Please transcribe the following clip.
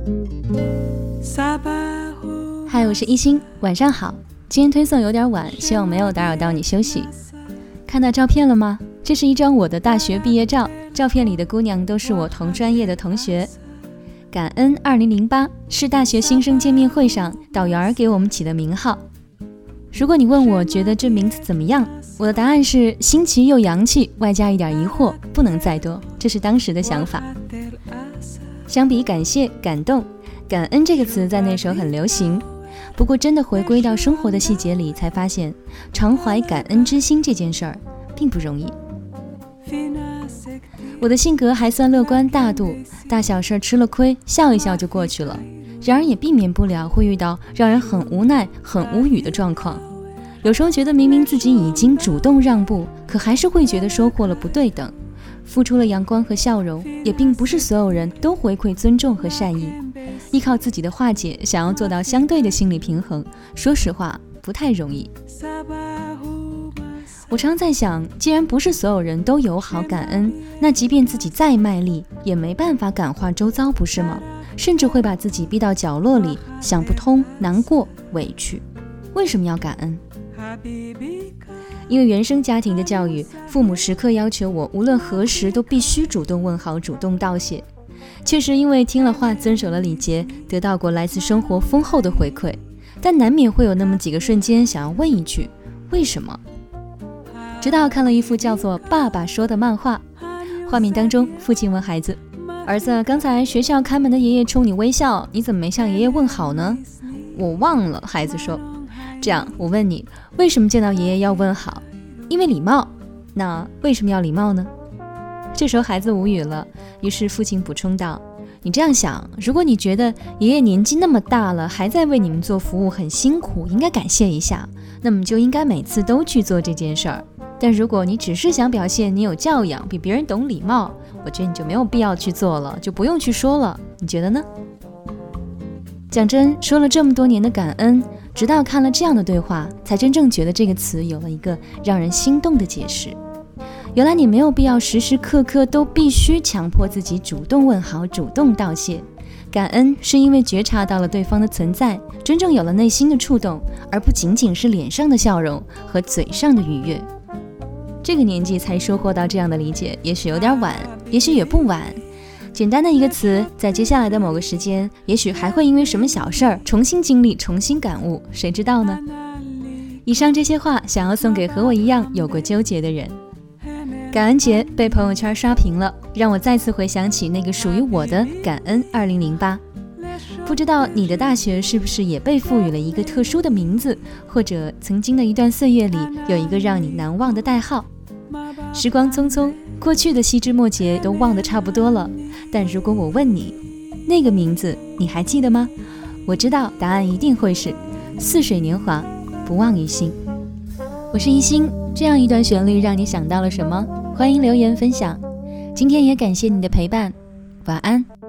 嗨，我是一心，晚上好。今天推送有点晚，希望没有打扰到你休息。看到照片了吗？这是一张我的大学毕业照，照片里的姑娘都是我同专业的同学。感恩2008是大学新生见面会上导员给我们起的名号。如果你问我觉得这名字怎么样，我的答案是新奇又洋气，外加一点疑惑，不能再多，这是当时的想法。相比感谢、感动，感恩这个词在那时候很流行，不过真的回归到生活的细节里，才发现常怀感恩之心这件事儿并不容易。我的性格还算乐观大度，大小事吃了亏笑一笑就过去了，然而也避免不了会遇到让人很无奈很无语的状况。有时候觉得明明自己已经主动让步，可还是会觉得收获了不对等，付出了阳光和笑容，也并不是所有人都回馈尊重和善意，依靠自己的化解想要做到相对的心理平衡，说实话不太容易。我常在想，既然不是所有人都友好感恩，那即便自己再卖力也没办法感化周遭，不是吗？甚至会把自己逼到角落里，想不通，难过，委屈。为什么要感恩？因为原生家庭的教育，父母时刻要求我无论何时都必须主动问好，主动道谢。确实因为听了话，遵守了礼节，得到过来自生活丰厚的回馈，但难免会有那么几个瞬间想要问一句为什么。直到看了一幅叫做《爸爸说》的漫画，画面当中父亲问孩子，儿子，刚才学校看门的爷爷冲你微笑，你怎么没向爷爷问好呢？我忘了，孩子说。这样我问你，为什么见到爷爷要问好？因为礼貌。那为什么要礼貌呢？这时候孩子无语了，于是父亲补充道，你这样想，如果你觉得爷爷年纪那么大了还在为你们做服务很辛苦，应该感谢一下，那么就应该每次都去做这件事儿。但如果你只是想表现你有教养，比别人懂礼貌，我觉得你就没有必要去做了，就不用去说了，你觉得呢？讲真，说了这么多年的感恩，直到看了这样的对话，才真正觉得这个词有了一个让人心动的解释。原来你没有必要时时刻刻都必须强迫自己主动问好，主动道谢。感恩是因为觉察到了对方的存在，真正有了内心的触动，而不仅仅是脸上的笑容和嘴上的愉悦。这个年纪才收获到这样的理解，也许有点晚，也许也不晚。简单的一个词，在接下来的某个时间，也许还会因为什么小事儿重新经历，重新感悟，谁知道呢？以上这些话想要送给和我一样有过纠结的人。感恩节被朋友圈刷屏了，让我再次回想起那个属于我的感恩2008。不知道你的大学是不是也被赋予了一个特殊的名字，或者曾经的一段岁月里有一个让你难忘的代号。时光匆匆，过去的细枝末节都忘得差不多了，但如果我问你，那个名字你还记得吗？我知道答案一定会是似水年华，不忘于心。我是一心，这样一段旋律让你想到了什么？欢迎留言分享。今天也感谢你的陪伴，晚安。